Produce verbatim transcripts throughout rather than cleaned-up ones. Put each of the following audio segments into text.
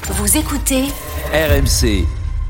Vous écoutez R M C.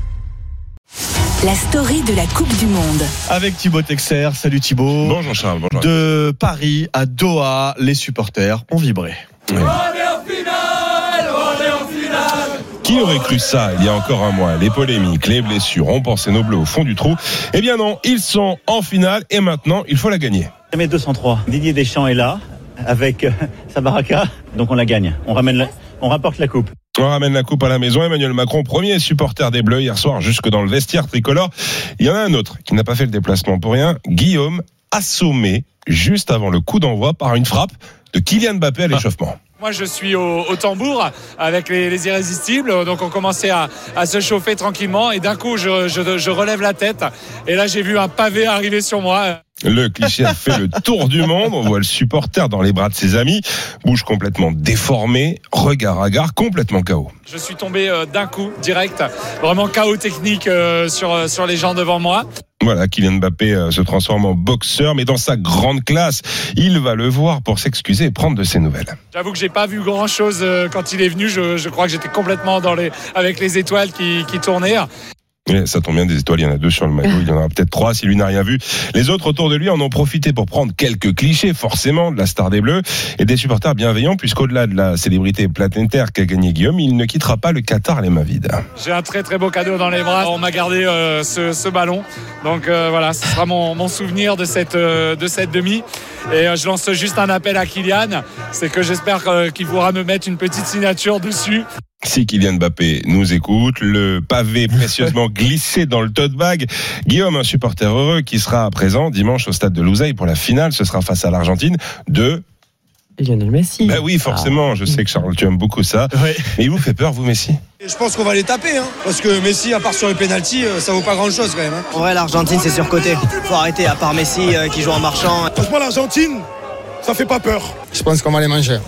La story de la Coupe du Monde. Avec Thibaut Texer. Salut Thibaut. Bonjour Charles. Bonjour. De Paris à Doha, les supporters ont vibré. Oui. On est en finale, on est en finale. Qui aurait cru ça il y a encore un mois? Les polémiques, les blessures, on pensait nos bleus au fond du trou. Eh bien non, ils sont en finale et maintenant il faut la gagner. M deux cent trois, Didier Deschamps est là avec euh, sa baraka, donc on la gagne. On ramène, la, on rapporte la coupe. On ramène la coupe à la maison. Emmanuel Macron, premier supporter des Bleus hier soir, jusque dans le vestiaire tricolore. Il y en a un autre qui n'a pas fait le déplacement pour rien. Guillaume, assommé juste avant le coup d'envoi par une frappe de Kylian Mbappé à l'échauffement. Moi je suis au, au tambour avec les, les irrésistibles, donc on commençait à, à se chauffer tranquillement et d'un coup je, je, je relève la tête et là j'ai vu un pavé arriver sur moi. Le cliché a fait le tour du monde. On voit le supporter dans les bras de ses amis, bouche complètement déformée, regard hagard, complètement K O. Je suis tombé euh, d'un coup, direct, vraiment K O technique euh, sur, sur les gens devant moi. Voilà, Kylian Mbappé euh, se transforme en boxeur, mais dans sa grande classe. Il va le voir pour s'excuser et prendre de ses nouvelles. J'avoue que j'ai pas vu grand chose euh, quand il est venu. Je, je crois que j'étais complètement dans les, avec les étoiles qui, qui tournaient. Et ça tombe bien, des étoiles, il y en a deux sur le maillot, il y en aura peut-être trois si lui n'a rien vu. Les autres autour de lui en ont profité pour prendre quelques clichés, forcément, de la star des Bleus et des supporters bienveillants, puisqu'au-delà de la célébrité planétaire qu'a gagné Guillaume, il ne quittera pas le Qatar les mains vides. J'ai un très très beau cadeau dans les bras. On m'a gardé euh, ce, ce ballon, donc euh, voilà, ce sera mon, mon souvenir de cette, euh, de cette demi. Et euh, je lance juste un appel à Kylian, c'est que j'espère euh, qu'il pourra me mettre une petite signature dessus. Si Kylian Mbappé nous écoute, le pavé précieusement glissé dans le tote bag. Guillaume, un supporter heureux qui sera présent dimanche au stade de Lusail pour la finale. Ce sera face à l'Argentine de... Lionel Messi. Ben oui, forcément. Je sais que Charles, tu aimes beaucoup ça. Ouais. Mais il vous fait peur, vous, Messi? Je pense qu'on va les taper, hein, parce que Messi, à part sur les pénaltys, ça vaut pas grand-chose quand même. Hein. En vrai, l'Argentine, c'est surcoté. Faut arrêter, à part Messi euh, qui joue en marchand. Franchement, l'Argentine, ça fait pas peur. Je pense qu'on va les manger.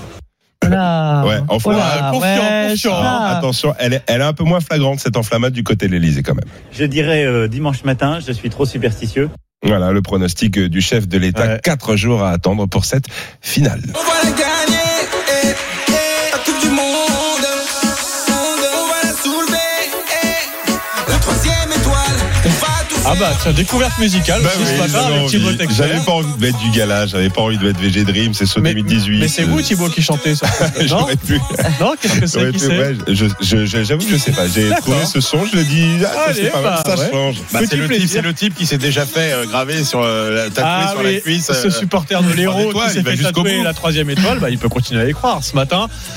Voilà. Ouais, enfin, Voilà, confiant, ouais, confiant. ça. Attention, elle est, elle est un peu moins flagrante, cette enflammade du côté de l'Elysée quand même. Je dirais euh, dimanche matin, je suis trop superstitieux. Voilà le pronostic du chef de l'État. Ouais. Quatre jours à attendre pour cette finale. On va la gagner, eh, eh, la Coupe du Monde, on va la soulever, eh, la troisième étoile, on va tout Ah bah tiens, découverte musicale Bah aussi oui, ce matin j'avais avec envie. Thibaut Texer. J'avais pas envie de mettre du gala, j'avais pas envie de mettre V G Dream, c'est sur Mais, deux mille dix-huit. mais c'est vous Thibaut qui chantez ça. Non, J'aurais pu. non, qu'est-ce que c'est J'aurais qui pu, c'est ouais, je, je, je, j'avoue que je sais pas. J'ai D'accord. trouvé ce son, je le dis, ah, ça, Allez, c'est pas mal, bah, ça ouais. change. Bah, Petit c'est, le type, plaisir. c'est le type qui s'est déjà fait euh, graver sur euh, tatoué Ah sur oui, la cuisse. ce euh, supporter de l'Hérault étoiles, qui s'est il va fait jusqu'au tatouer bout. la troisième étoile, bah, il peut continuer à y croire ce matin.